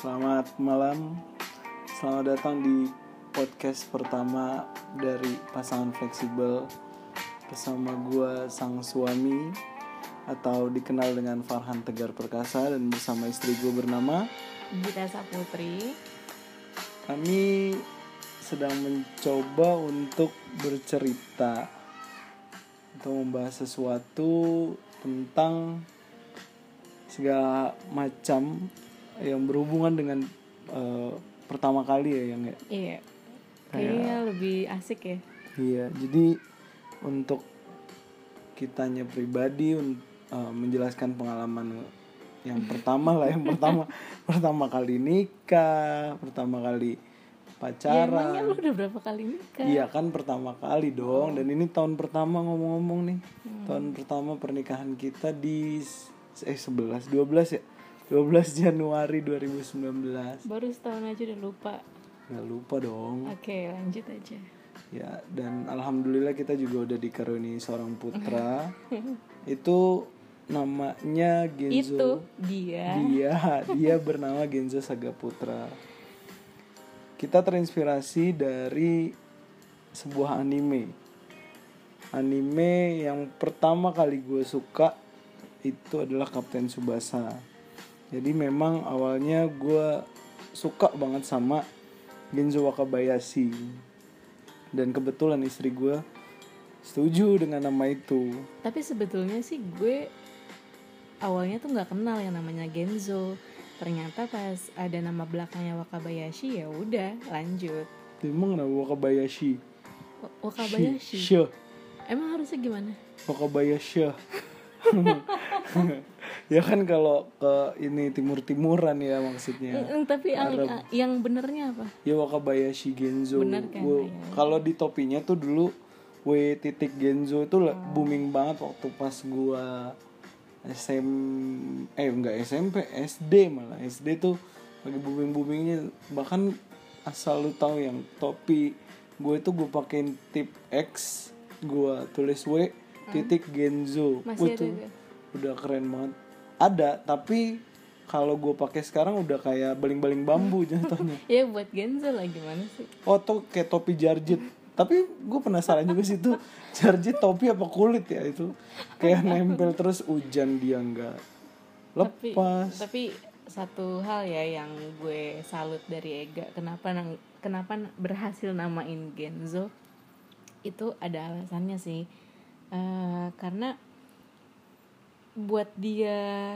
Selamat malam, selamat datang di podcast pertama dari Pasangan Fleksibel bersama gue sang suami atau dikenal dengan Farhan Tegar Perkasa dan bersama istri gue bernama Gita Saputri. Kami sedang mencoba untuk bercerita atau membahas sesuatu tentang segala macam yang berhubungan dengan pertama kali ya yang ya. Iya. Kayaknya lebih asik ya. Iya, jadi untuk kitanya pribadi menjelaskan pengalaman yang pertama lah, yang pertama kali nikah, pertama kali Ya, emangnya pacaran. lu udah berapa kali nikah? Iya kan pertama kali dong. Dan ini tahun pertama ngomong-ngomong nih. Tahun pertama pernikahan kita di 12 ya. 12 Januari 2019. Baru setahun aja udah lupa. Gak lupa dong. Oke, lanjut aja. Ya, dan alhamdulillah kita juga udah dikaruniai seorang putra. Itu namanya Genzo. Itu dia. Dia bernama Genzo Sagaputra. Kita terinspirasi dari sebuah anime. Anime yang pertama kali gue suka itu adalah Kapten Tsubasa. Jadi memang awalnya gue suka banget sama Genzo Wakabayashi. Dan kebetulan istri gue setuju dengan nama itu. Tapi sebetulnya sih gue awalnya tuh nggak kenal yang namanya Genzo. Ternyata pas ada nama belakangnya Wakabayashi, ya udah lanjut. Emang kenapa Wakabayashi? Wakabayashi. Shh. Emang harusnya gimana? Wakabayashi. Ya kan kalau ke ini timur-timuran ya maksudnya. Tapi yang benernya apa? Ya Wakabayashi Genzo. Bener kan? Ya. Kalau di topinya tuh dulu W.Genzo itu booming banget waktu pas gua SMP, SD malah. SD tuh lagi booming-boomingnya. Bahkan asal lu tahu yang topi gue itu gue pakein tip X, gue tulis W.Genzo. Masih ada tuh gak? Udah keren banget. Ada, tapi kalau gue pakai sekarang udah kayak baling-baling bambu jatuhnya. Ya buat Genzo lah, gimana sih? Oh tuh kayak topi jarjit. Tapi gue penasaran juga sih tuh jarjit topi apa kulit ya itu. Kayak nempel terus hujan dia nggak lepas. Tapi satu hal ya yang gue salut dari Ega, kenapa berhasil namain Genzo, itu ada alasannya sih. Karena buat dia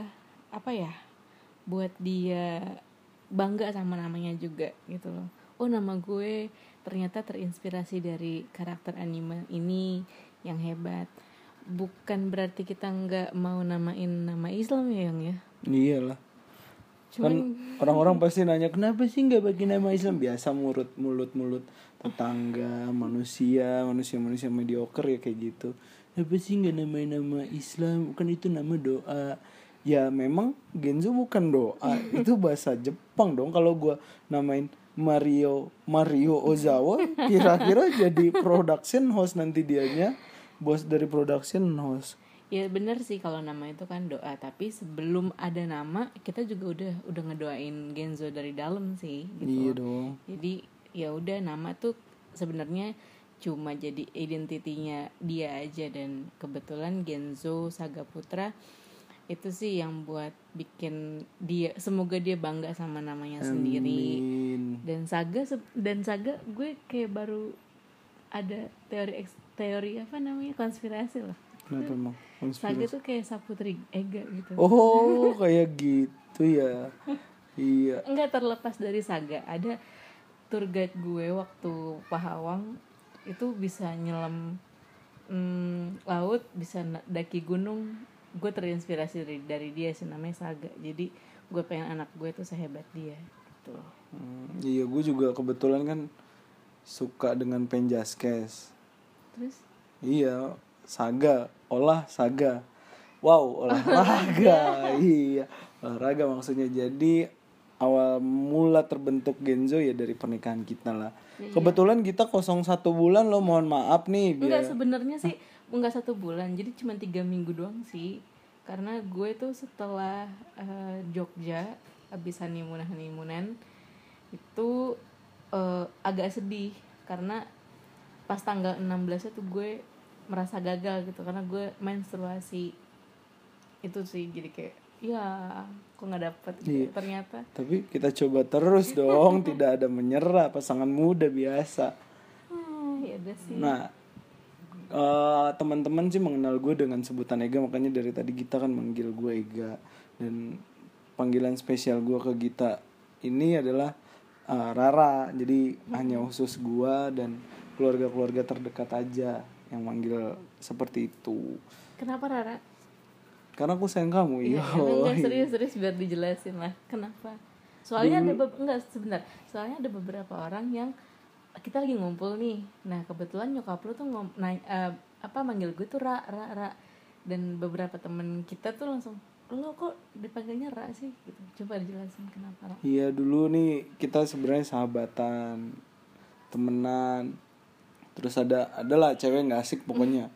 buat dia bangga sama namanya juga gitu loh. Oh, nama gue ternyata terinspirasi dari karakter anime ini yang hebat. Bukan berarti kita nggak mau namain nama Islam ya, Yang ya. Iyalah. Kan orang-orang pasti nanya kenapa sih nggak bagi nama Islam. Biasa mulut tetangga, manusia mediocre ya kayak gitu. Kenapa sih nggak namain nama Islam? Kan itu nama doa. Ya memang Genzo bukan doa, itu bahasa Jepang dong. Kalau gue namain Mario Ozawa, kira-kira jadi production host nanti dianya, bos dari production host. Ya benar sih kalau nama itu kan doa, tapi sebelum ada nama kita juga udah ngedoain Genzo dari dalam sih gitu. Iya dong. Jadi ya udah, nama tuh sebenarnya cuma jadi identitinya dia aja, dan kebetulan Genzo Sagaputra itu sih yang buat bikin dia, semoga dia bangga sama namanya sendiri. Dan Saga gue kayak baru ada teori apa namanya, konspirasi loh. Kenapa emang? Saga tuh kayak Saputri Ega gitu. Oh, kayak gitu ya. Iya. Enggak terlepas dari Saga, ada tour guide gue waktu Pahawang itu bisa nyelam laut, bisa daki gunung. Gue terinspirasi dari dia sih, namanya Saga. Jadi gue pengen anak gue tuh sehebat dia gitu. Iya, gue juga kebetulan kan suka dengan Penjaskes. Terus? Iya, Saga, Saga. Wow, olahraga. Iya, olahraga maksudnya. Jadi awal mula terbentuk Genzo ya dari pernikahan kita lah. Iya. Kebetulan kita 01 bulan loh, mohon maaf nih. Enggak, sebenarnya sih enggak 1 bulan, jadi cuma 3 minggu doang sih. Karena gue tuh setelah Jogja abis honeymoonan itu agak sedih karena pas tanggal 16 tuh gue merasa gagal gitu karena gue menstruasi itu sih, jadi kayak ya kok nggak dapet gitu. Ternyata tapi kita coba terus dong. Tidak ada menyerah, pasangan muda biasa. ya udah sih. Nah, teman-teman sih mengenal gue dengan sebutan Ega, makanya dari tadi Gita kan manggil gue Ega. Dan panggilan spesial gue ke Gita ini adalah Rara. Jadi hanya khusus gue dan keluarga-keluarga terdekat aja yang manggil seperti itu. Kenapa Rara? Karena aku sayang kamu. Iya, enggak serius biar dijelasin lah kenapa. Soalnya Soalnya ada beberapa orang yang kita lagi ngumpul nih. Nah, kebetulan nyokap lu tuh manggil gue tuh Ra. Dan beberapa temen kita tuh langsung, lo kok dipanggilnya Ra sih gitu. Coba dijelasin kenapa Ra. Iya, dulu nih kita sebenarnya sahabatan, temenan. Terus adalah cewek nggak asik pokoknya.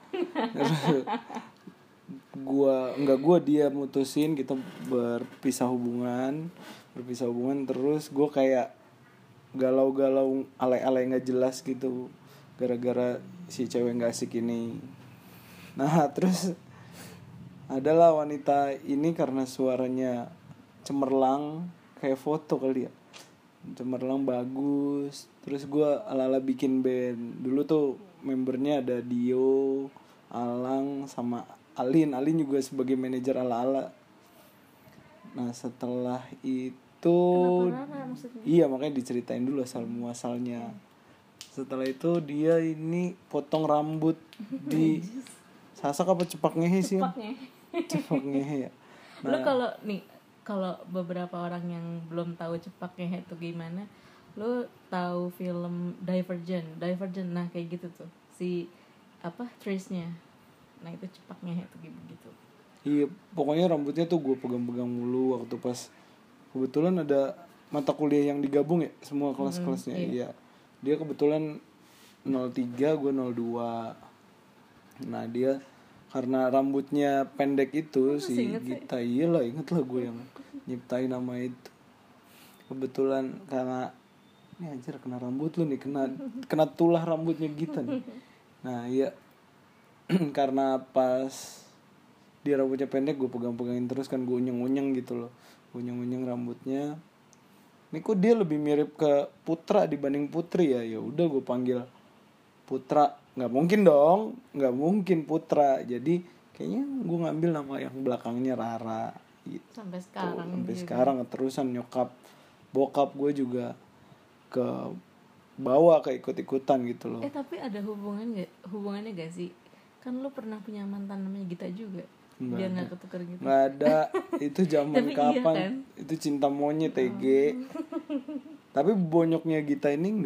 Dia mutusin kita berpisah hubungan terus gue kayak galau-galau alay-alay nggak jelas gitu gara-gara si cewek nggak asik ini. Nah terus adalah wanita ini karena suaranya cemerlang kayak foto kali ya, cemerlang bagus. Terus gue ala-ala bikin band. Dulu tuh membernya ada Dio, Alang sama Alin juga sebagai manajer ala-ala. Nah setelah itu iya makanya diceritain dulu asal muasalnya. Setelah itu dia ini potong rambut di sasak apa cepak ngehe sih? Cepak ngehe ya. Nah, kalau beberapa orang yang belum tahu cepak ngehe itu gimana, lo tahu film Divergent. Nah kayak gitu tuh si Trish-nya. Nah itu cepaknya itu gitu. Iya pokoknya rambutnya tuh gue pegang-pegang mulu waktu pas kebetulan ada mata kuliah yang digabung ya semua kelas-kelasnya. Iya. Dia kebetulan 03, gue 02. Nah dia karena rambutnya pendek itu si Gita, iyalah inget lah gue yang nyiptain nama itu. Kebetulan karena ini anjir kena rambut lu nih, kena tulah rambutnya Gita nih. Nah iya karena pas dia rambutnya pendek gue pegang-pegangin terus kan, gue unyeng-unyeng gitu loh, unyeng-unyeng rambutnya. Ini kok dia lebih mirip ke Putra dibanding Putri ya udah gue panggil Putra. Nggak mungkin Putra, jadi kayaknya gue ngambil nama yang belakangnya Rara gitu. Sampai sekarang sekarang keterusan. Bokap gue juga ke bawa ke ikut-ikutan gitu loh. Tapi ada hubungannya gak sih? Kan lu pernah punya mantan namanya Gita juga. Biar gak ketukar gitu. Nggak ada. Itu zaman kapan? Iya kan? Itu cinta monyet TG. Tapi bonyoknya Gita ini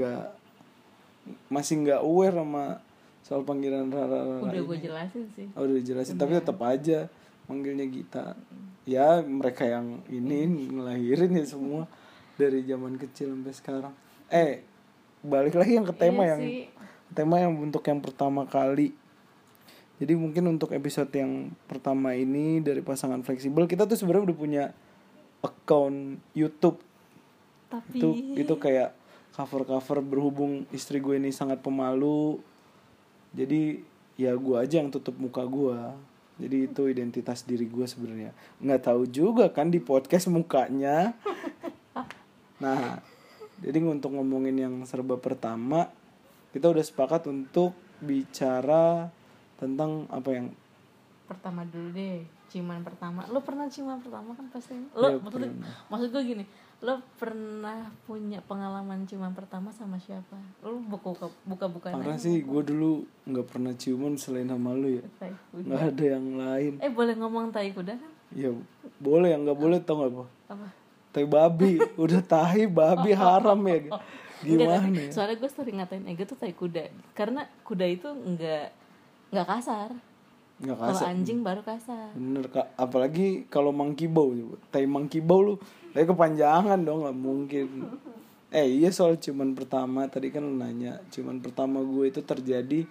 masih nggak aware sama soal panggilan Rara. Udah gue jelasin sih. Udah dijelasin. Tapi tetap aja manggilnya Gita. Ya mereka yang ini ngelahirin ya semua dari zaman kecil sampai sekarang. Balik lagi yang ke tema yang untuk yang pertama kali. Jadi mungkin untuk episode yang pertama ini dari Pasangan Fleksibel, kita tuh sebenarnya udah punya account YouTube. Tapi itu kayak cover berhubung istri gue ini sangat pemalu. Jadi ya gue aja yang tutup muka gue. Jadi itu identitas diri gue sebenarnya. Nggak tahu juga kan di podcast mukanya. Nah, jadi untuk ngomongin yang serba pertama, kita udah sepakat untuk bicara tentang apa yang pertama dulu deh, ciuman pertama. Lo pernah ciuman pertama kan pasti? Lo maksud gue gini, lo pernah punya pengalaman ciuman pertama sama siapa? Lo buka-buka parah sih, gue dulu nggak pernah ciuman selain sama lo ya. Nggak ada yang lain. Boleh ngomong tai kuda kan? Ya boleh, yang nggak boleh tau nggak apa? Tai babi, udah tahi babi haram ya. Gimana? Ya? Soalnya gue sering ngatain Ega tuh tai kuda, karena kuda itu nggak kasar. Kalau anjing baru kasar. Bener kak, apalagi kalau monkey bow, tai monkey bow lu, tapi kepanjangan dong, nggak mungkin. Iya soal ciuman pertama tadi kan lu nanya, ciuman pertama gue itu terjadi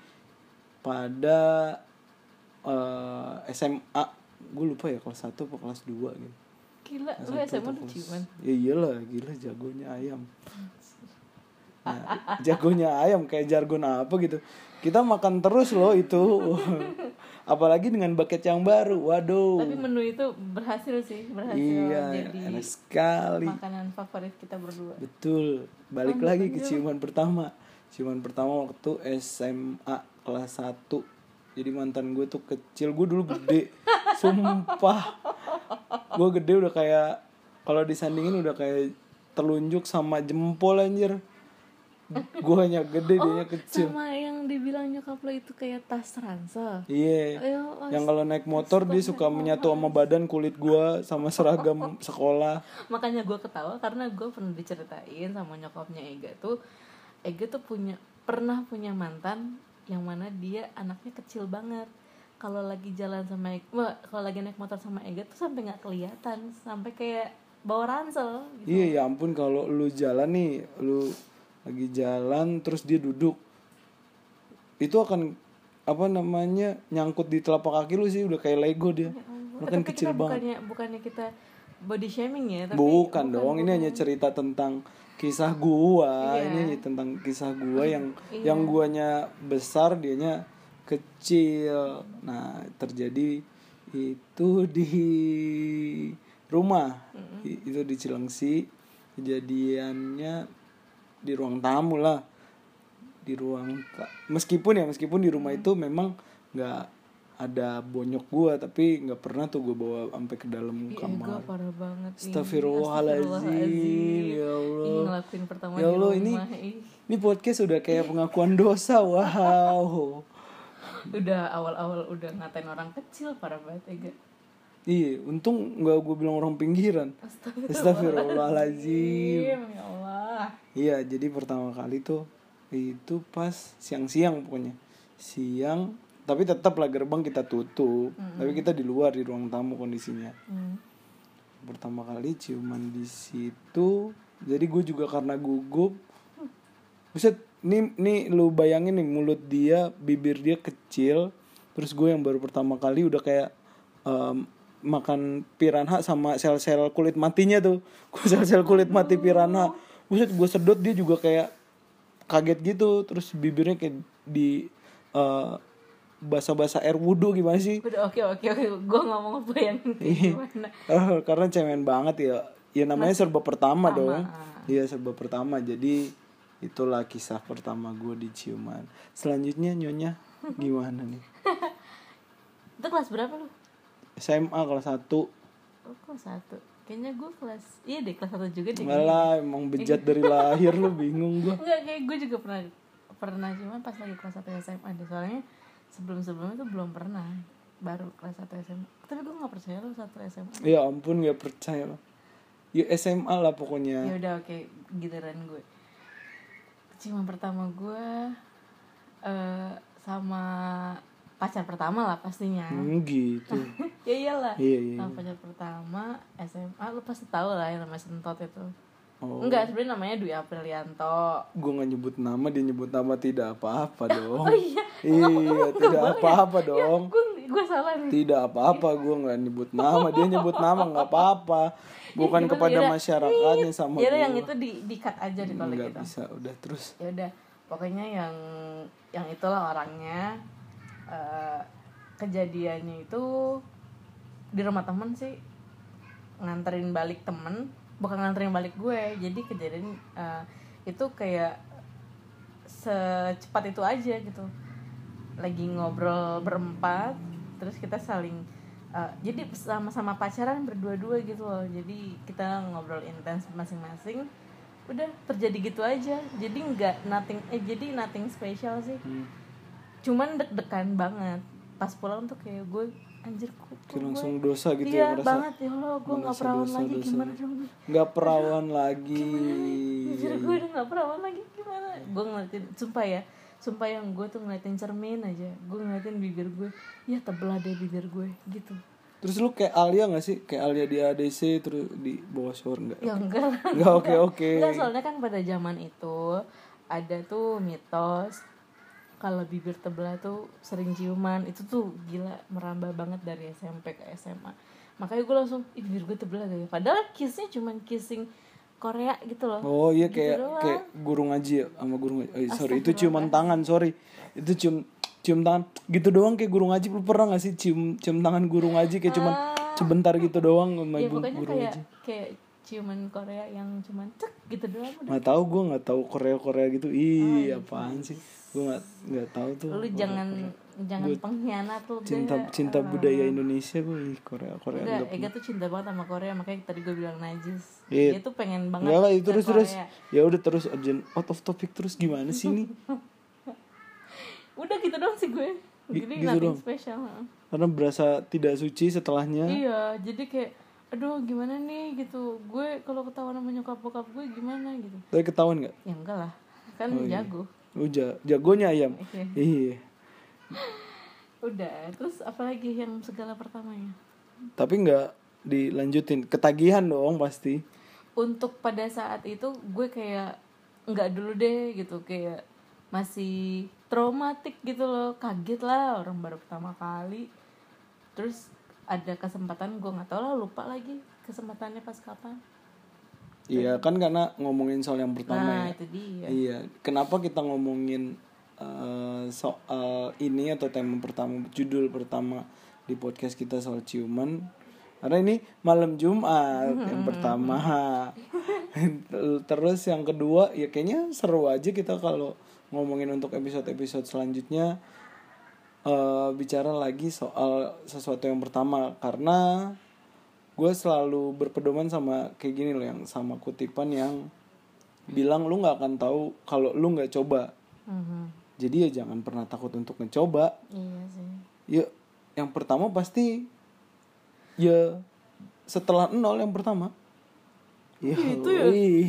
pada SMA, gue lupa ya kelas 1 atau kelas 2 gitu. Gila, lu SMA udah ciuman? Ya iyalah, gila jagonya ayam. Nah, jagonya ayam kayak jargon apa gitu. Kita makan terus loh itu. Apalagi dengan bucket yang baru. Waduh. Tapi menu itu berhasil Iya, jadi enak sekali. makanan favorit kita berdua. Betul. Balik lagi ke ciuman pertama. Ciuman pertama waktu SMA kelas 1. Jadi mantan gue tuh kecil, gue dulu gede. Sumpah. Gue gede udah kayak, kalau disandingin udah kayak telunjuk sama jempol anjir. Gue hanya gede, dianya kecil. Sama yang dibilang nyokap lo itu kayak tas ransel. Iya. Yang kalau naik motor dia suka menyatu sama badan kulit gue sama seragam sekolah. Makanya gue ketawa karena gue pernah diceritain sama nyokapnya Ega tuh pernah punya mantan yang mana dia anaknya kecil banget. Kalau lagi jalan sama kalau lagi naik motor sama Ega tuh sampai nggak kelihatan, sampai kayak bawa ransel gitu. Iya, ya ampun, kalau lu jalan nih, lu lagi jalan terus dia duduk, itu akan nyangkut di telapak kaki lu sih, udah kayak Lego dia. Lu kan kecil banget. Bukannya kita body shaming ya, tapi bukan dong. Ini hanya cerita tentang kisah gua. Iya. Ini tentang kisah gua yang guanya besar, dianya kecil. Nah, terjadi itu di rumah. Itu di Cilengsi. Kejadiannya di ruang tamu lah. Meskipun di rumah itu memang nggak ada bonyok gua, tapi nggak pernah tuh gua bawa sampai ke dalam kamar. Parah banget. Astagfirullahaladzim. Ya Allah. Ini ngelakuin pertama ya Allah, di rumah. Ini podcast udah kayak pengakuan dosa. Wow. Udah awal-awal udah ngatain orang kecil, parah banget Ega. Iya, untung nggak gue bilang orang pinggiran. Astagfirullahaladzim. Ya Allah. Iya, jadi pertama kali tuh itu pas siang-siang pokoknya. Siang, tapi tetap lah gerbang kita tutup. Tapi kita di luar di ruang tamu kondisinya. Pertama kali ciuman di situ. Jadi gue juga karena gugup. Buset, nih lu bayangin nih, mulut dia, bibir dia kecil. Terus gue yang baru pertama kali udah kayak makan piranha sama sel-sel kulit matinya tuh. Gue sel-sel kulit mati piranha. Buset, gue sedot, dia juga kayak kaget gitu. Terus bibirnya kayak di basah-basah air wudu gimana sih? Udah oke. Gue gak mau ngebayangin gimana. Karena cemen banget ya. Ya namanya serba pertama dong. Iya, serba pertama. Jadi itulah kisah pertama gue di ciuman. Selanjutnya Nyonya gimana nih? Itu kelas berapa lu? SMA kelas 1. Oh, kelas 1. Kayaknya gue kelas kelas 1 juga deh. Enggak lah, emang bejat dari lahir lu, bingung gue. Enggak, kayak gue juga pernah cuman pas lagi kelas 1 SMA deh. Soalnya sebelum-sebelumnya tuh belum pernah. Baru kelas 1 SMA. Tapi gue gak percaya lu 1 SMA. Ya ampun, gak percaya lo. Ya SMA lah pokoknya. Ya udah oke, giliran gue. Ciuman pertama gue sama pacar pertama lah pastinya. Gitu. Ya iyalah. Iya. Sama pacar pertama SMA, lu pasti tahu lah yang namanya Sentot itu. Oh. Enggak, sebenarnya namanya Dwi Aprilianto. Gue gak nyebut nama, dia nyebut nama, tidak apa-apa dong. Oh iya. Iya, tidak apa-apa dong. Gue salah nih. Tidak apa-apa, gue gak nyebut nama, dia nyebut nama, gak apa-apa. Bukan kepada masyarakatnya sama gue. Ya yang itu di-cut aja deh kalau gitu. Gak bisa, udah terus. Ya udah, pokoknya yang itulah orangnya. Kejadiannya itu di rumah temen sih, nganterin balik temen, bukan nganterin balik gue. Jadi kejadian itu kayak secepat itu aja gitu. Lagi ngobrol berempat, terus kita saling jadi sama-sama pacaran berdua-dua gitu loh. Jadi kita ngobrol intens masing-masing. Udah terjadi gitu aja. Jadi nothing special sih. Cuman deg-degan banget. Pas pulang tuh kayak gue anjir kok langsung dosa gitu. Iya, ya, merasa banget ya Allah, gue gak perawan lagi dosa. Gimana dong? Gak perawan lagi. Anjir gue udah gak perawan lagi gimana? Gue ngeliatin, sumpah yang gue tuh ngeliatin cermin aja. Gue ngeliatin bibir gue, ya tebelah deh bibir gue gitu. Terus lu kayak Alia gak sih? Kayak Alia di ADC terus di bawah shower enggak? Ya enggak lah. Enggak, oke. Enggak, soalnya kan pada zaman itu ada tuh mitos kalau bibir tebelah tuh sering ciuman. Itu tuh gila, merambah banget dari SMP ke SMA. Makanya gue langsung bibir gue tebel ya, padahal kissnya cuman kissing Korea gitu loh. Oh iya, gitu kayak doang. kayak guru ngaji ya, sama guru ngaji. Sorry, itu ciuman tangan, sorry. Itu cium tangan gitu doang kayak guru ngaji. Lu pernah gak sih cium tangan guru ngaji kayak cuman sebentar gitu doang sama ya pokoknya guru ngaji. kayak ciuman Korea yang cuman cek gitu doang udah. Nggak tahu, gue nggak tahu Korea gitu. Apaan sih? Gue nggak tahu tuh. Lu jangan pengkhianat lu. Cinta budaya Indonesia gue. Korea udah, Ega tuh cinta banget sama Korea, makanya tadi gue bilang najis. Dia tuh pengen banget. Enggak, itu terus. Ya udah terus urgent out of topic terus gimana sih nih? Udah gitu doang sih gue. Jadi gitu nothing dong. special. Karena berasa tidak suci setelahnya. Iya, jadi kayak aduh gimana nih gitu. Gue kalau ketahuan sama nyokap bokap gue gimana gitu. Tapi ketahuan nggak? Ya enggak lah. Kan jago. Jagonya ayam. Iya. Udah, terus apalagi yang segala pertamanya? Tapi nggak dilanjutin, ketagihan dong pasti. Untuk pada saat itu gue kayak nggak dulu deh gitu, kayak masih traumatik gitu loh, kaget lah orang baru pertama kali. Terus ada kesempatan, gue nggak tahu lah, lupa lagi kesempatannya pas kapan. Iya kan, karena ngomongin soal yang pertama. Nah itu dia. Iya, kenapa kita ngomongin soal ini atau tema pertama, judul pertama di podcast kita soal ciuman, karena ini malam Jumat yang pertama. Terus yang kedua ya kayaknya seru aja kita kalau ngomongin untuk episode selanjutnya bicara lagi soal sesuatu yang pertama, karena gue selalu berpedoman sama kayak gini loh, yang sama kutipan yang bilang lu nggak akan tahu kalau lu nggak coba. Jadi ya jangan pernah takut untuk mencoba. Iya sih. Ya yang pertama pasti ya setelah 0 yang pertama. Ya, itu ya.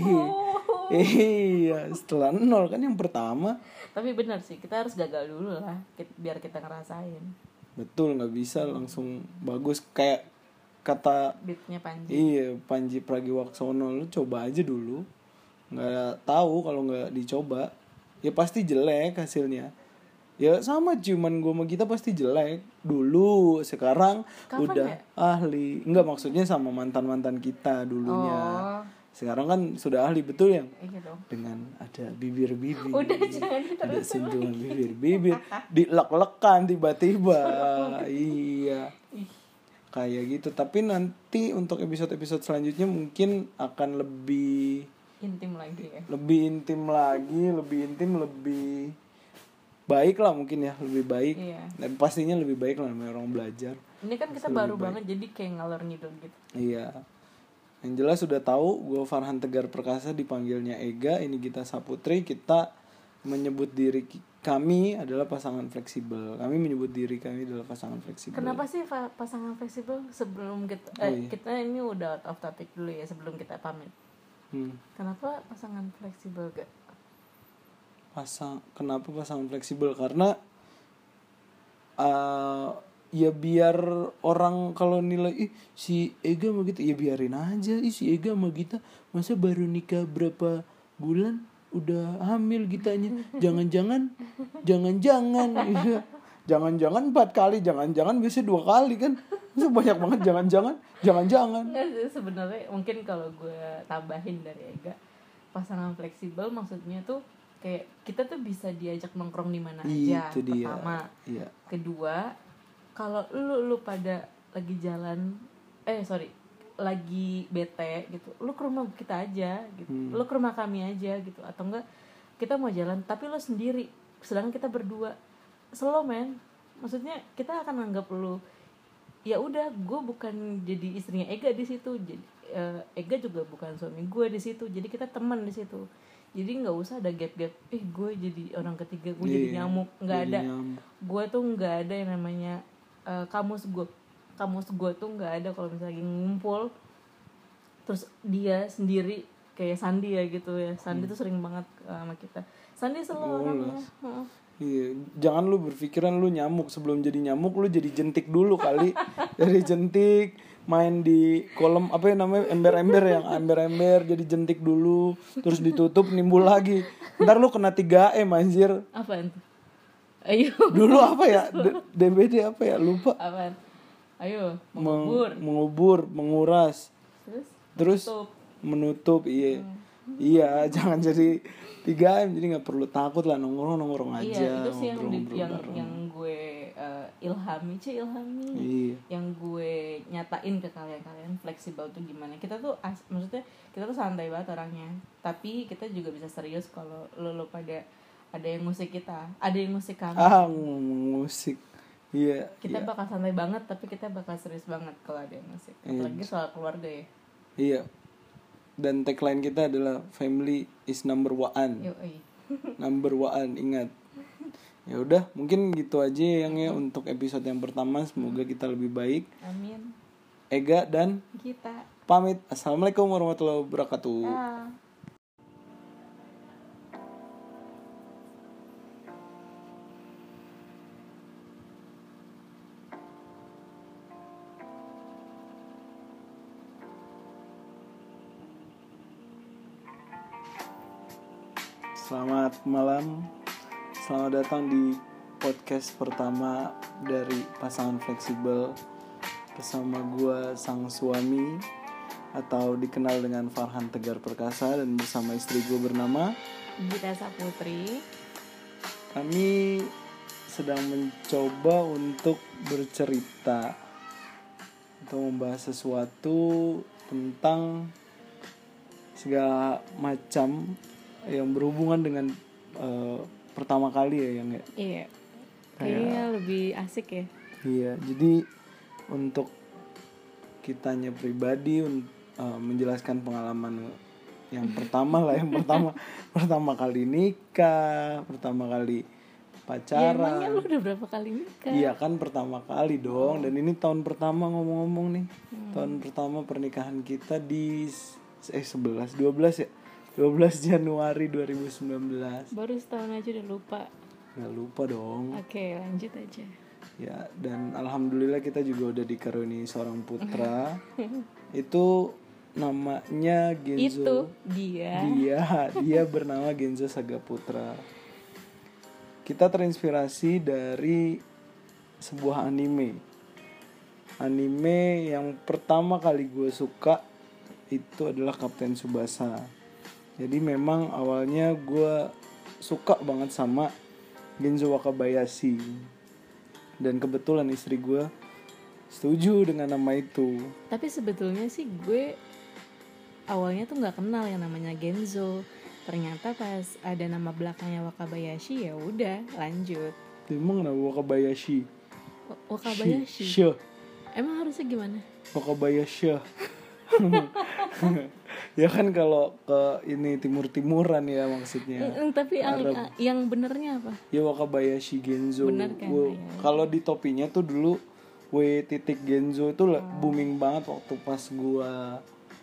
Iya, setelah 0 kan yang pertama. Tapi benar sih, kita harus gagal dulu lah biar kita ngerasain. Betul, nggak bisa langsung bagus kayak kata beatnya Panji. Iya, Panji Pragiwaksono, lu coba aja dulu. Nggak tahu kalau nggak dicoba, ya pasti jelek hasilnya. Ya sama ciuman gue sama kita pasti jelek dulu. Sekarang kapan udah ya? ahli. Enggak, maksudnya sama mantan-mantan kita dulunya. Sekarang kan sudah ahli, betul yang Iya dong. dengan ada bibir-bibir. Udah jangan ada sentuhan bibir-bibir, dilek-lekan tiba-tiba. Iya. Kayak gitu. Tapi nanti untuk episode-episode selanjutnya mungkin akan lebih intim lagi ya. Lebih intim, lebih baik lah mungkin ya, lebih baik. Iya. Dan pastinya lebih baik lah, namanya orang belajar. Ini kan kita baru banget, jadi kayak ngalor ngidul gitu. Iya. Yang jelas sudah tahu, gue Farhan Tegar Perkasa, dipanggilnya Ega. Ini Gita Saputri. Kita menyebut diri kami adalah pasangan fleksibel. Kami menyebut diri kami adalah pasangan fleksibel. Kenapa sih pasangan fleksibel? Sebelum kita kita ini udah out of topic dulu ya, sebelum kita pamit. Kenapa pasangan fleksibel gak? Kenapa pasangan fleksibel? Karena ya biar orang kalau nilai si Ega sama Gita, ya biarin aja. Si Ega sama Gita masa baru nikah berapa bulan udah hamil Gitanya. Jangan-jangan iya. Jangan-jangan 4 kali, jangan-jangan biasanya 2 kali kan. Itu banyak banget jangan-jangan. Sebenarnya mungkin kalau gue tambahin dari Ega, pasangan fleksibel maksudnya tuh kayak kita tuh bisa diajak nongkrong di mana aja. Itu dia. Pertama. Iya. Kedua, kalau lu pada lagi jalan lagi bete gitu, lu ke rumah kita aja gitu. Lu ke rumah kami aja gitu, atau enggak kita mau jalan tapi lu sendiri, sedangkan kita berdua. Slow man. Maksudnya kita akan anggap lu ya udah, gue bukan jadi istrinya Ega di situ. Jadi Ega juga bukan suami gue di situ. Jadi kita teman di situ. Jadi nggak usah ada gap-gap. Gue jadi orang ketiga, gue jadi nyamuk. Nggak ada. Gue tuh nggak ada yang namanya kamus gue tuh nggak ada kalau misalnya lagi ngumpul. Terus dia sendiri kayak Sandi ya gitu ya. Sandi tuh sering banget sama kita. Sandi selalu orangnya. Iya, jangan lu berpikiran lu nyamuk. Sebelum jadi nyamuk lu jadi jentik dulu kali. Dari jentik main di kolam apa ya namanya, ember-ember jadi jentik dulu, terus ditutup nimbul lagi. Ntar lu kena 3M anjir. Apaan tuh? Ayo. Dulu apa ya? DBD apa ya? Lupa. Apaan? Ayo, mengubur, menguras, terus menutup. Iya. Iya, jangan jadi 3M, jadi nggak perlu takut lah, nongkrong aja. Iya, itu sih yang gue ilhami. Iya. Yang gue nyatain ke kalian fleksibel tuh gimana. Kita tuh maksudnya kita tuh santai banget orangnya, tapi kita juga bisa serius kalau lo pada ada yang musik kita, ada yang musik kami. Musik. Iya. Kita bakal santai banget, tapi kita bakal serius banget kalau ada yang musik. Apalagi soal keluarga ya. Iya. Dan tagline kita adalah family is number one. Number one, ingat. Ya udah, mungkin gitu aja yang ya untuk episode yang pertama. Semoga kita lebih baik. Amin. Ega dan kita pamit. Assalamualaikum warahmatullahi wabarakatuh. Selamat malam. Selamat datang di podcast pertama dari Pasangan Fleksibel bersama gue sang suami atau dikenal dengan Farhan Tegar Perkasa, dan bersama istri gue bernama Gita Saputri. Kami sedang mencoba untuk bercerita atau membahas sesuatu tentang segala macam yang berhubungan dengan pertama kali ya, yang iya, kayaknya lebih asik ya. Iya, jadi untuk kitanya pribadi menjelaskan pengalaman yang pertama lah, yang pertama kali nikah, pertama kali pacaran. Ya, emangnya lu udah berapa kali nikah? Iya kan, pertama kali dong. Dan ini tahun pertama ngomong-ngomong nih. Tahun pertama pernikahan kita di 12 ya. 12 Januari 2019. Baru setahun aja udah lupa. Gak lupa dong. Oke, lanjut aja. Ya, dan alhamdulillah kita juga udah dikaruniai seorang putra. Itu namanya Genzo. Itu dia bernama Genzo Sagaputra. Kita terinspirasi dari sebuah anime yang pertama kali gue suka itu adalah Kapten Tsubasa. Jadi memang awalnya gue suka banget sama Genzo Wakabayashi, dan kebetulan istri gue setuju dengan nama itu. Tapi sebetulnya sih gue awalnya tuh nggak kenal yang namanya Genzo. Ternyata pas ada nama belakangnya Wakabayashi, ya udah lanjut. Emang kenapa Wakabayashi? Wakabayashi. Emang harusnya gimana? Wakabayashi. Ya kan kalau ke ini timur-timuran ya maksudnya. Tapi yang benernya apa? Ya Wakabayashi Genzo. Bener kan? Kalau di topinya tuh dulu W.Genzo itu booming banget waktu pas gua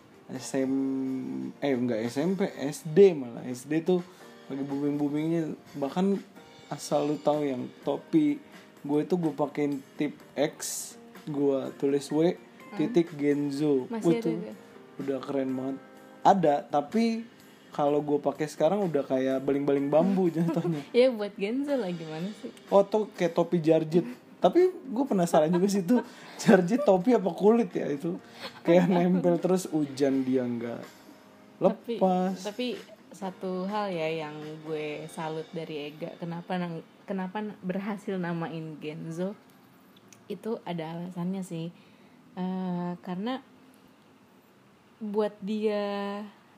SMP, SD malah. SD tuh lagi boomingnya. Bahkan asal lu tahu yang topi gue itu gue pakein tip X, gue tulis W.Genzo. Masih ada tuh udah keren banget. Ada, tapi kalau gue pakai sekarang udah kayak baling-baling bambu jatuhnya. Ya buat Genzo lah, gimana sih? Oh tuh kayak topi jarjit. Tapi gue penasaran juga sih tuh jarjit topi apa kulit ya itu. Kayak nempel terus hujan dia nggak lepas. Tapi satu hal ya yang gue salut dari Ega, kenapa berhasil namain Genzo, itu ada alasannya sih. Karena buat dia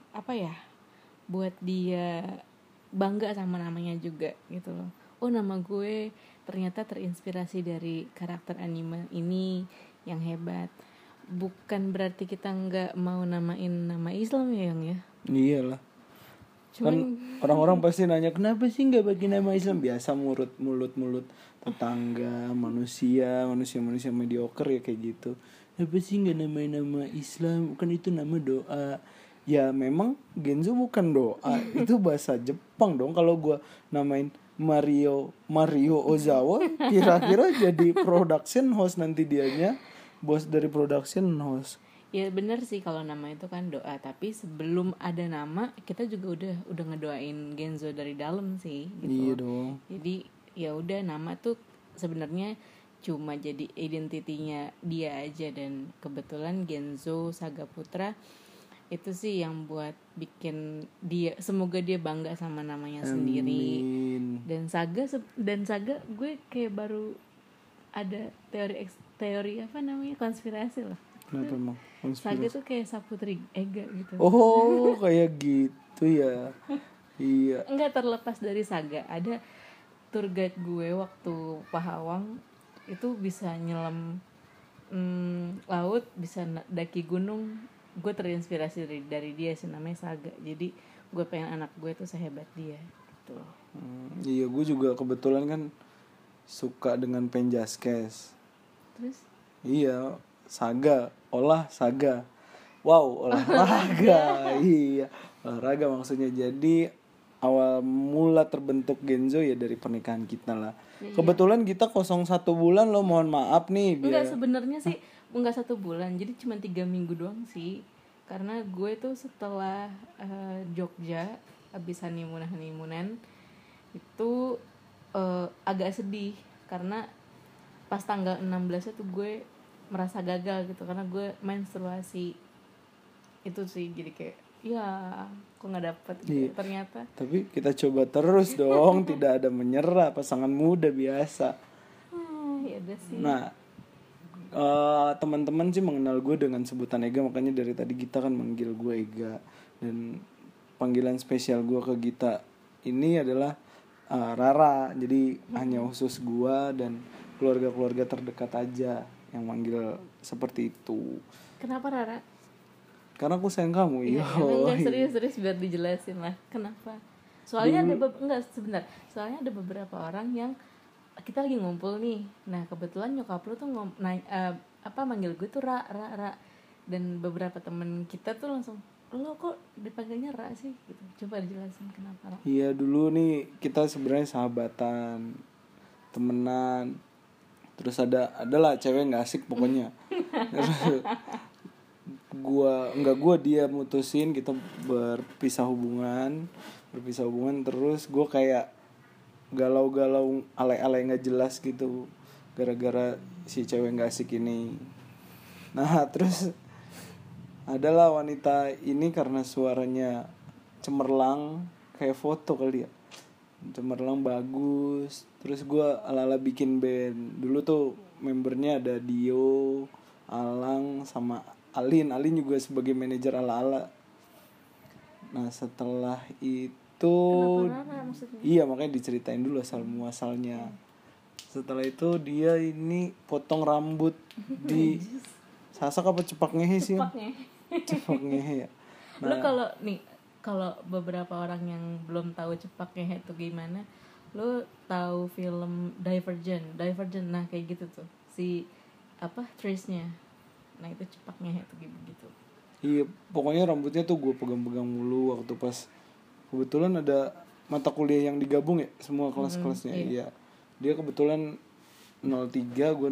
bangga sama namanya juga gitu loh. Oh, nama gue ternyata terinspirasi dari karakter anime ini yang hebat. Bukan berarti kita nggak mau namain nama Islam ya, Yang ya. Iyalah. Kan orang-orang pasti nanya kenapa sih nggak bagi nama Islam. Biasa mulut tetangga, manusia mediocre ya kayak gitu. Kenapa sih nggak namain nama Islam? Bukan itu nama doa. Ya memang Genzo bukan doa, itu bahasa Jepang dong. Kalau gue namain Mario Ozawa, kira-kira jadi production host nanti dianya, bos dari production host. Ya benar sih, kalau nama itu kan doa, tapi sebelum ada nama kita juga udah ngedoain Genzo dari dalam sih gitu. Iya dong. Jadi ya udah, nama tuh sebenarnya cuma jadi identitinya dia aja. Dan kebetulan Genzo Saga Putra itu sih yang buat bikin dia, semoga dia bangga sama namanya sendiri. Dan Saga gue kayak baru ada teori apa namanya, konspirasi lah. Kenapa emang Saga tuh kayak Saputri Ega gitu. Oh kayak gitu ya. Iya. Enggak terlepas dari Saga, ada tour guide gue waktu Pahawang itu bisa nyelam laut, bisa daki gunung. Gue terinspirasi dari dia sih, namanya Saga. Jadi gue pengen anak gue tuh sehebat dia gitu. Iya, gue juga kebetulan kan suka dengan Penjaskes. Terus Iya, Saga, Saga. Wow, olahraga. Iya, olahraga maksudnya. Jadi awal mula terbentuk Genzo ya dari pernikahan kita lah. Iya. Kebetulan kita 01 bulan loh, mohon maaf nih. Enggak, sebenarnya sih enggak 1 bulan, jadi cuma 3 minggu doang sih. Karena gue tuh setelah Jogja habis honeymoonan itu agak sedih karena pas tanggal 16 tuh gue merasa gagal gitu karena gue menstruasi. Itu sih jadi kayak ya kok nggak dapet gitu. Iya. Ternyata. Tapi kita coba terus dong, tidak ada menyerah, pasangan muda biasa. Ya udah sih. Nah, teman-teman sih mengenal gue dengan sebutan Ega, makanya dari tadi Gita kan manggil gue Ega. Dan panggilan spesial gue ke Gita ini adalah Rara. Jadi hanya khusus gue dan keluarga-keluarga terdekat aja yang manggil seperti itu. Kenapa Rara? Karena aku sayang kamu. Iya, enggak serius biar dijelasin lah kenapa. Soalnya Soalnya ada beberapa orang yang kita lagi ngumpul nih. Nah, kebetulan nyokap lu tuh manggil gue tuh Ra. Dan beberapa temen kita tuh langsung, "Lo kok dipanggilnya Ra sih?" gitu. Coba dijelasin kenapa Ra. Iya, dulu nih kita sebenarnya sahabatan, temenan. Terus adalah cewek enggak asik pokoknya. Dia mutusin kita berpisah hubungan terus gue kayak galau-galau alay-alay nggak jelas gitu gara-gara si cewek nggak asik ini. Nah terus adalah wanita ini karena suaranya cemerlang kayak foto kali ya, cemerlang bagus. Terus gue ala-ala bikin band. Dulu tuh membernya ada Dio, Alang sama Alin juga sebagai manajer ala-ala. Nah setelah itu iya makanya diceritain dulu asal muasalnya. Setelah itu dia ini potong rambut di sasak apa cepak ngehe sih? Cepak ngehe ya. Nah, kalau beberapa orang yang belum tahu cepak ngehe itu gimana, lo tahu film Divergent, nah kayak gitu tuh si Trace-nya. Nah itu cepak ngehe tuh gitu. Iya, pokoknya rambutnya tuh gue pegang-pegang mulu waktu pas kebetulan ada mata kuliah yang digabung ya, semua kelas-kelasnya. Iya. Dia kebetulan 03, gue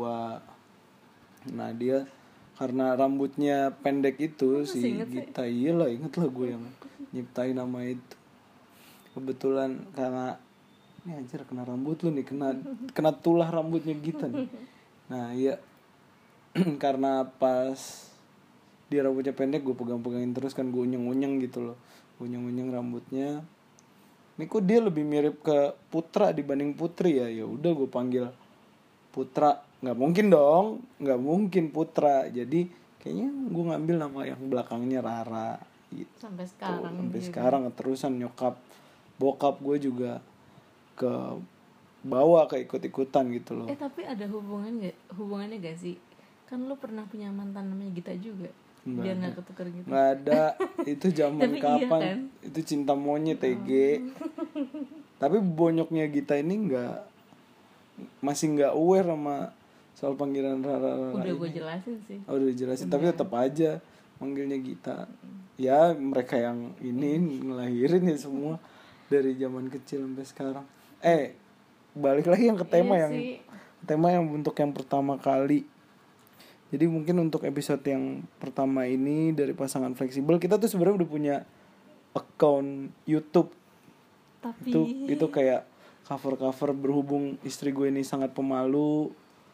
02. Nah, dia karena rambutnya pendek itu si Gita, iyalah inget lah gue yang nyiptain nama itu. Kebetulan karena ini anjir kena rambut lu nih, kena tulah rambutnya Gita nih. Nah, iya karena pas dia rambutnya pendek gue pegang-pegangin terus kan, gue unyeng-unyeng gitu loh, unyeng-unyeng rambutnya. Ini kok dia lebih mirip ke Putra dibanding Putri ya. Ya udah gue panggil Putra. Nggak mungkin Putra. Jadi kayaknya gue ngambil nama yang belakangnya Rara gitu. Sampai sekarang keterusan bokap gue juga ke bawa ke ikut-ikutan gitu loh. Tapi ada hubungannya gak sih? Kan lo pernah punya mantan namanya Gita juga. Biar gak ketukar gitu. Nggak ada. Itu zaman kapan? Iya kan? Itu cinta monyet TG. Tapi bonyoknya Gita ini masih nggak aware sama soal panggilan Rara. Udah gue jelasin sih. Udah dijelasin. Tapi tetap aja manggilnya Gita. Ya mereka yang ini ngelahirin ya semua dari zaman kecil sampai sekarang. Balik lagi yang ke tema tema yang untuk yang pertama kali. Jadi mungkin untuk episode yang pertama ini dari Pasangan Fleksibel, kita tuh sebenarnya udah punya account YouTube. Tapi itu kayak cover berhubung istri gue ini sangat pemalu.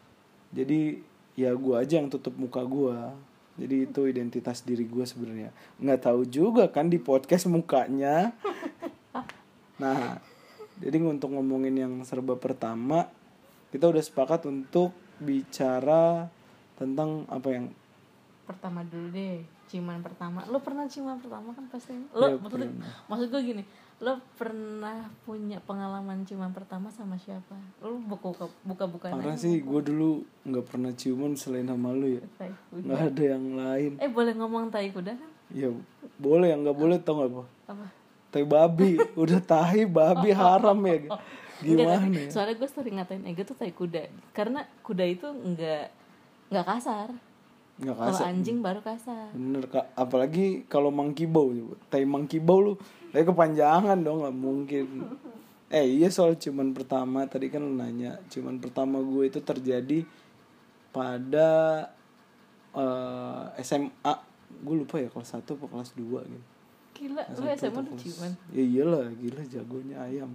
Jadi ya gue aja yang tutup muka gue. Jadi itu identitas diri gue sebenarnya. Nggak tahu juga kan di podcast mukanya. Nah, jadi untuk ngomongin yang serba pertama, kita udah sepakat untuk bicara tentang apa yang pertama dulu deh, ciuman pertama. Lo pernah ciuman pertama kan pasti? Lo ya, maksud gue gini, lo pernah punya pengalaman ciuman pertama sama siapa? Lo buka-bukaan parah aja. sih, gue dulu nggak pernah ciuman selain sama lu ya. Nggak ada yang lain. Boleh ngomong tai kuda kan? Ya boleh, yang nggak boleh tau nggak Apa? Tai babi. Udah tahi babi haram ya. Gimana ya? Soalnya gue sering ngatain Ega tuh tai kuda, karena kuda itu nggak kasar. Nggak Kalau kasar. anjing baru kasar. Bener kak, apalagi kalau monkey bow, tai monkey bow lu, kayak kepanjangan dong, nggak mungkin. Iya soal ciuman pertama tadi kan lu nanya, ciuman pertama gue itu terjadi pada SMA, gue lupa ya kelas 1 atau kelas 2 gitu. Gila, lu SMA udah ciuman? Ya iyalah, gila jagonya ayam.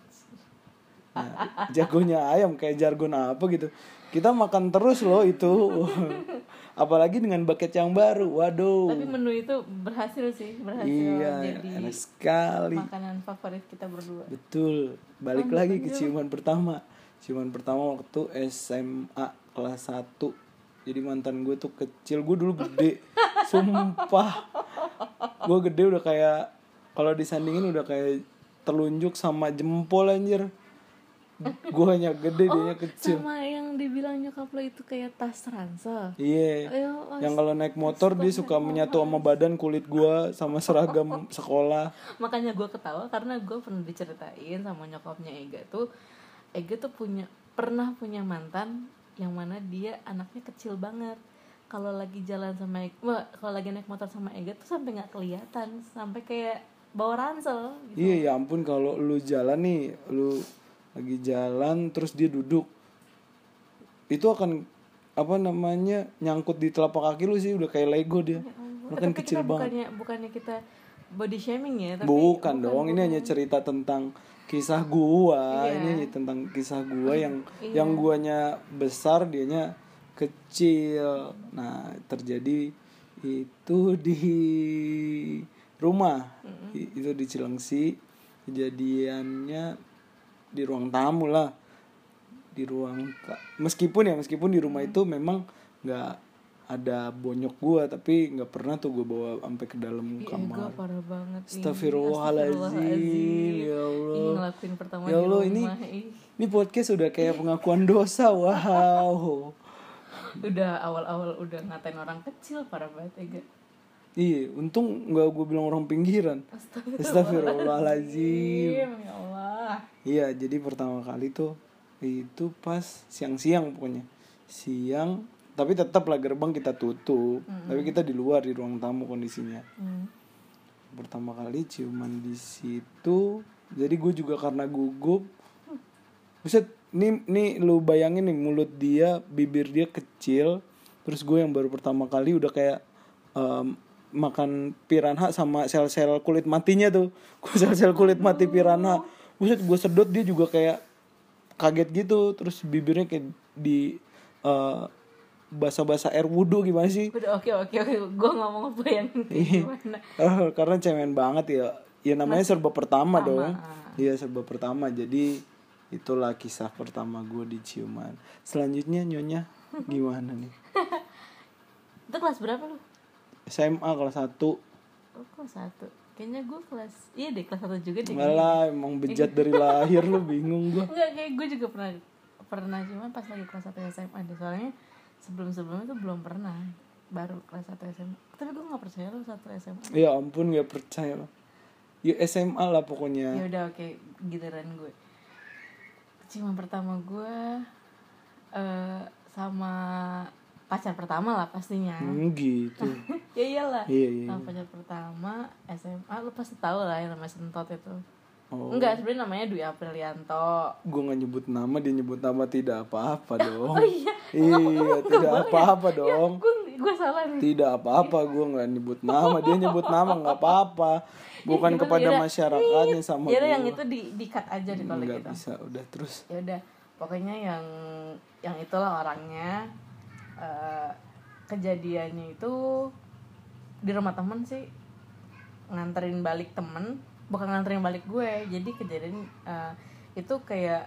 Nah, jagonya ayam kayak jargon apa gitu. Kita makan terus loh itu. Apalagi dengan bucket yang baru. Waduh. Tapi menu itu berhasil iya, jadi enak sekali. makanan favorit kita berdua. Betul. Balik lagi ke ciuman pertama. Ciuman pertama waktu SMA kelas 1. Jadi mantan gue tuh kecil. Gue dulu gede. Sumpah. Gue gede udah kayak, kalau disandingin udah kayak telunjuk sama jempol anjir. Gue hanya gede, dianya kecil. Sama yang dibilang nyokap lo itu kayak tas ransel. Iya. Yang kalau naik motor dia suka menyatu sama badan kulit gue sama seragam sekolah. Makanya gue ketawa karena gue pernah diceritain sama nyokapnya Ega tuh pernah punya mantan yang mana dia anaknya kecil banget. Kalau lagi jalan sama kalau lagi naik motor sama Ega tuh sampai nggak kelihatan, sampai kayak bawa ransel gitu. Iya ya ampun, kalau lu jalan nih, lu lagi jalan terus dia duduk, itu akan nyangkut di telapak kaki lu sih, udah kayak Lego dia. Lu kan kecil banget. Bukannya kita body shaming ya, tapi bukan dong. Ini hanya cerita tentang kisah gua. Iya. Ini hanya tentang kisah gua yang guanya besar, dianya kecil. Nah, terjadi itu di rumah. Itu di Cilengsi. Kejadiannya di ruang tamu lah. Meskipun di rumah itu memang nggak ada bonyok gua, tapi nggak pernah tuh gua bawa sampai ke dalam kamar. Ega parah banget. Astagfirullahaladzim. Ya Allah. Ngelakuin pertama ya Allah, di rumah. Ini podcast udah kayak pengakuan dosa. Wow. Udah awal-awal udah ngatain orang kecil, parah banget Ega. Iya, untung nggak gue bilang orang pinggiran. Astagfirullahaladzim. Ya Allah. Iya, jadi pertama kali tuh itu pas siang-siang pokoknya. Siang, tapi tetap lah gerbang kita tutup. Tapi kita di luar di ruang tamu kondisinya. Pertama kali ciuman di situ. Jadi gue juga karena gugup. Buset, nih lu bayangin nih, mulut dia, bibir dia kecil. Terus gue yang baru pertama kali udah kayak makan piranha sama sel-sel kulit matinya tuh. Sel-sel kulit mati piranha. Buset, gue sedot, dia juga kayak kaget gitu. Terus bibirnya kayak di basah-basah air wudu gimana sih? Udah oke. Gue gak mau bayangin gimana. Karena cemen banget ya. Ya namanya serba pertama dong. Iya, serba pertama. Jadi itulah kisah pertama gue di ciuman. Selanjutnya Nyonya gimana nih? Itu kelas berapa lu? SMA kelas 1. Oh, kelas 1. Kayaknya gue kelas 1 juga deh. Enggak lah, emang bejat dari lahir lu, bingung gue. Enggak, kayak gue juga pernah cuman pas lagi kelas 1 SMA deh. Soalnya sebelum-sebelumnya tuh belum pernah. Baru kelas 1 SMA. Tapi gue gak percaya lu 1 SMA. Ya ampun, gak percaya. Ya SMA lah pokoknya. Ya udah oke, giliran gue. Ciuman pertama gue sama pacar pertama lah pastinya. Gitu. Ya iyalah. Iya. Sama pacar pertama SMA, lu pasti tahu lah yang namanya sentot itu. Oh. Enggak, sebenarnya namanya Dwi Aprilianto. Gue gak nyebut nama, dia nyebut nama, tidak apa-apa dong. Oh iya. Iya, tidak apa-apa dong. Gue salah nih. Tidak apa-apa, gue gak nyebut nama, dia nyebut nama, gak apa-apa. Bukan kepada masyarakatnya sama gue. Ya udah yang itu di cut aja deh kalau gitu. Nggak bisa, udah terus. Ya udah, pokoknya yang itulah orangnya. Kejadiannya itu di rumah temen sih, nganterin balik temen, bukan nganterin balik gue. Jadi kejadian itu kayak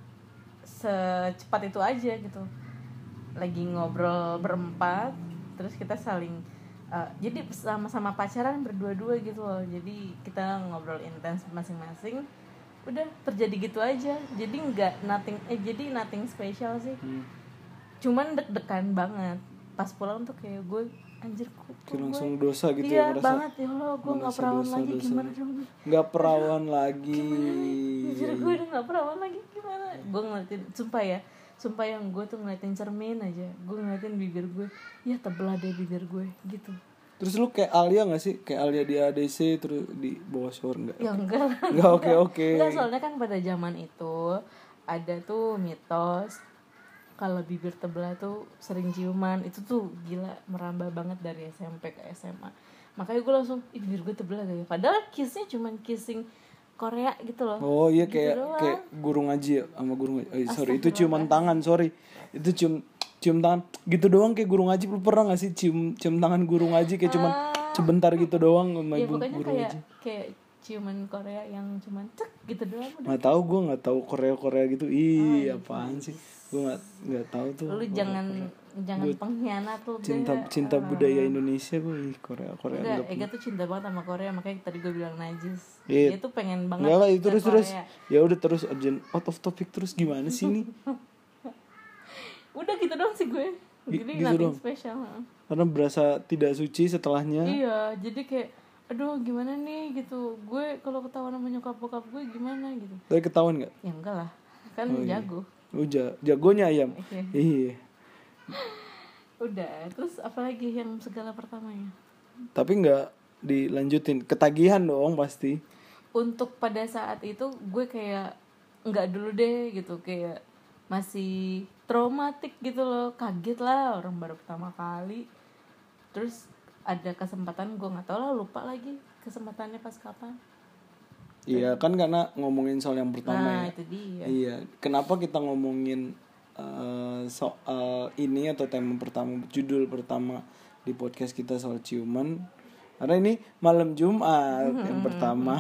secepat itu aja gitu, lagi ngobrol berempat, terus kita saling jadi sama-sama pacaran berdua-dua gitu loh. Jadi kita ngobrol intens masing-masing, udah terjadi gitu aja. Jadi nothing special sih. Cuman deg-degan banget pas pulang tuh, kayak gue anjir kok langsung dosa gitu iya, ya, merasa banget ya Allah, gue nggak perawan lagi gimana dong, nggak perawan lagi anjir gue udah nggak perawan lagi gimana. Gue ngeliatin, sumpah yang gue tuh ngeliatin cermin aja, gue ngeliatin bibir gue, ya tebelah deh bibir gue gitu. Terus lu kayak Alia gak sih? Kayak Alia di ADC terus di bawah shower enggak? Ya enggak lah. Enggak, oke. Enggak, soalnya kan pada zaman itu ada tuh mitos kalau bibir tebelah tuh sering ciuman. Itu tuh gila, merambah banget dari SMP ke SMA. Makanya gue langsung, bibir gue tebelah gak ya? Padahal kissnya cuman kissing Korea gitu loh. Oh iya, gitu kayak guru ngaji ya, sama guru ngaji. Sorry, itu ciuman tangan, sorry. Itu cium tangan gitu doang kayak guru ngaji. Lu pernah gak sih cium tangan guru ngaji kayak cuman sebentar gitu doang sama ya, ibu pokoknya guru ngaji. Kayak ciuman Korea yang cuman cek gitu doang udah. Nggak tahu, gue nggak tahu Korea gitu. Apaan sih? Gue nggak tahu tuh. Lu jangan pengkhianat lu. Cinta budaya Indonesia gue. Korea enggak. Ega tuh cinta banget sama Korea, makanya tadi gue bilang najis. Dia tuh pengen banget. Enggak, terus ya udah, terus urgent out of topic terus gimana sih nih? Udah gitu doang sih gue. Jadi gitu nothing special. Karena berasa tidak suci setelahnya. Iya, jadi kayak aduh gimana nih gitu. Gue kalau ketahuan sama nyokap bokap gue gimana gitu. Tapi ketahuan enggak? Ya enggak lah. Kan jago. Jagonya ayam. Iya. Udah, terus apalagi yang segala pertamanya? Tapi enggak dilanjutin, ketagihan dong pasti. Untuk pada saat itu gue kayak enggak dulu deh gitu, kayak masih traumatik gitu loh, kaget lah, orang baru pertama kali. Terus ada kesempatan, gue nggak tahu lah, lupa lagi kesempatannya pas kapan. Iya kan, karena ngomongin soal yang pertama ya. Itu dia. Iya, kenapa kita ngomongin soal ini atau tema pertama, judul pertama di podcast kita soal ciuman? Karena ini malam Jumat yang pertama.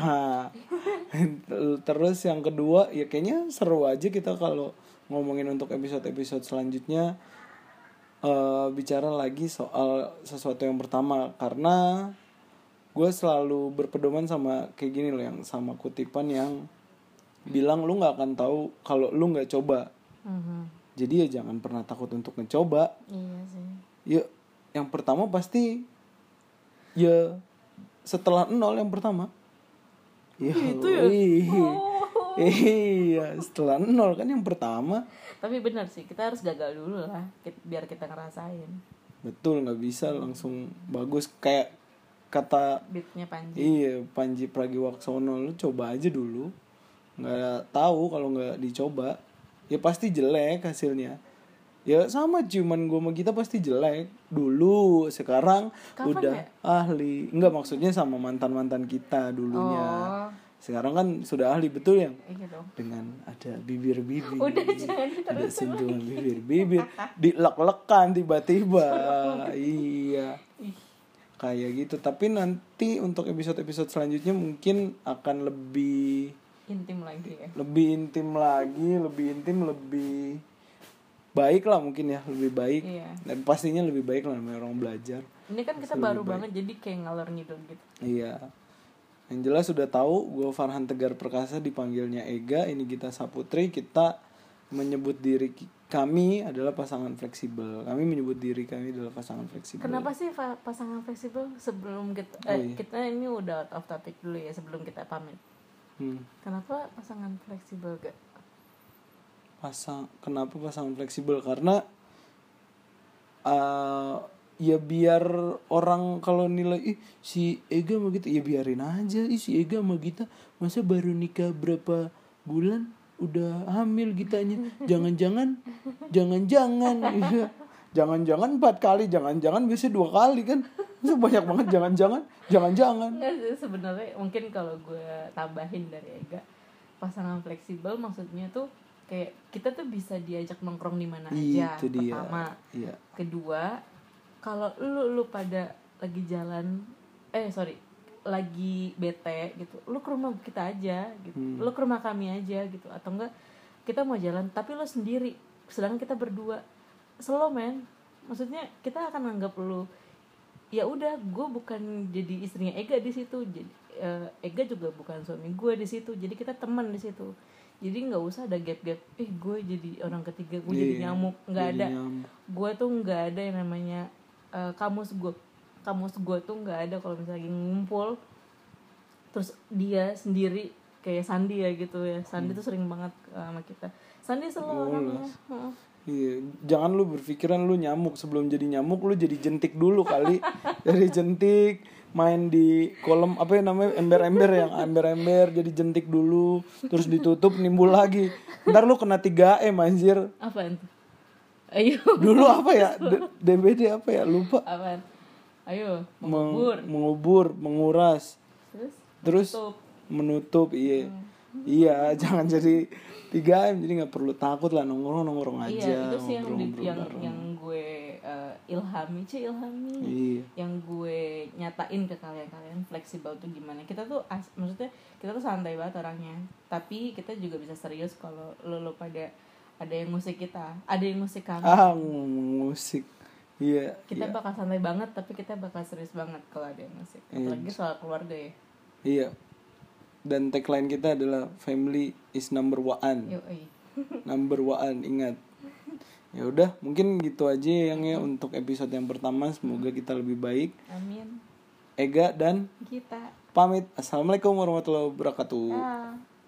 Terus yang kedua ya kayaknya seru aja kita kalau ngomongin untuk episode-episode selanjutnya bicara lagi soal sesuatu yang pertama. Karena gue selalu berpedoman sama kayak gini loh, yang sama kutipan yang bilang lu nggak akan tahu kalau lu nggak coba. Jadi ya jangan pernah takut untuk mencoba. Iya sih. Ya yang pertama pasti ya setelah 0 yang pertama. Ya, itu ya. Iya, setelah 0 kan yang pertama. Tapi benar sih, kita harus gagal dulu lah biar kita ngerasain. Betul, nggak bisa langsung bagus kayak kata beatnya Panji. Iya, Panji Pragiwaksono, lu coba aja dulu. Nggak tahu kalau nggak dicoba, ya pasti jelek hasilnya. Ya sama ciuman gue sama kita pasti jelek dulu. Sekarang kapan udah ya? ahli. Enggak, maksudnya sama mantan-mantan kita dulunya. Sekarang kan sudah ahli, betul ya? Iya dong. Dengan ada bibir-bibir. Udah jangan ada sentuhan bibir-bibir, dilek-lekan tiba-tiba. Iya. Kayak gitu. Tapi nanti untuk episode-episode selanjutnya mungkin akan lebih intim lagi ya. Lebih intim, lebih baik lah mungkin ya, lebih baik. Iya. Dan pastinya lebih baik lah, namanya orang belajar. Ini kan kita baru banget, jadi kayak ngalor ngidul gitu. Iya. Yang jelas sudah tahu, gue Farhan Tegar Perkasa, dipanggilnya Ega. Ini Gita Saputri. Kita menyebut diri kami adalah pasangan fleksibel. Kami menyebut diri kami adalah pasangan fleksibel. Kenapa sih pasangan fleksibel? Sebelum kita kita ini udah out of topic dulu ya, sebelum kita pamit. Kenapa pasangan fleksibel gak? Kenapa pasangan fleksibel? Karena ya biar orang kalau nilai si Ega sama Gita, ya biarin aja. Si Ega sama Gita masa baru nikah berapa bulan udah hamil Gitanya. Jangan-jangan iya. Jangan-jangan 4 kali, jangan-jangan biasanya 2 kali kan. Itu banyak banget jangan-jangan. Sebenarnya mungkin kalau gue tambahin dari Ega, pasangan fleksibel maksudnya tuh kayak kita tuh bisa diajak nongkrong di mana aja. Itu dia. Pertama. Iya. Kedua, kalau lu pada lagi jalan lagi bete gitu, lu ke rumah kita aja gitu. Lu ke rumah kami aja gitu, atau enggak kita mau jalan tapi lu sendiri sedangkan kita berdua. Slow man. Maksudnya kita akan anggap lu ya udah, gue bukan jadi istrinya Ega di situ, jadi Ega juga bukan suami gue di situ, jadi kita teman di situ. Jadi nggak usah ada gap gue jadi orang ketiga, gue jadi nyamuk. Nggak ada. Gue tuh nggak ada yang namanya kamus gue tuh nggak ada kalau misalnya lagi ngumpul terus dia sendiri kayak Sandi ya gitu ya. Sandi tuh sering banget sama kita. Sandi selalu orangnya. Iya, jangan lu berpikiran lu nyamuk, sebelum jadi nyamuk lu jadi jentik dulu kali. Dari jentik main di kolam apa ya namanya, ember-ember jadi jentik dulu, terus ditutup nimbul lagi. Ntar lu kena 3M anjir. Apaan tuh? Ayo. Dulu apa ya? DBD apa ya? Lupa. Apaan? Ayo, mengubur, menguras. Terus menutup, iya. Iya, jangan jadi 3M, jadi nggak perlu takut lah, nongkrong aja. Iya, itu sih yang gue ilhami. Iya. Yang gue nyatain ke kalian fleksibel tuh gimana. Kita tuh maksudnya kita tuh santai banget orangnya. Tapi kita juga bisa serius kalau lo pada ada yang musik kita, ada yang musik kami. Musik. Iya. Kita bakal santai banget, tapi kita bakal serius banget kalau ada yang musik. Apalagi soal keluarga ya. Iya. Dan tagline kita adalah family is number one. Number one, ingat. Ya udah, mungkin gitu aja yang ya untuk episode yang pertama. Semoga kita lebih baik. Amin. Ega dan kita pamit. Assalamualaikum warahmatullahi wabarakatuh.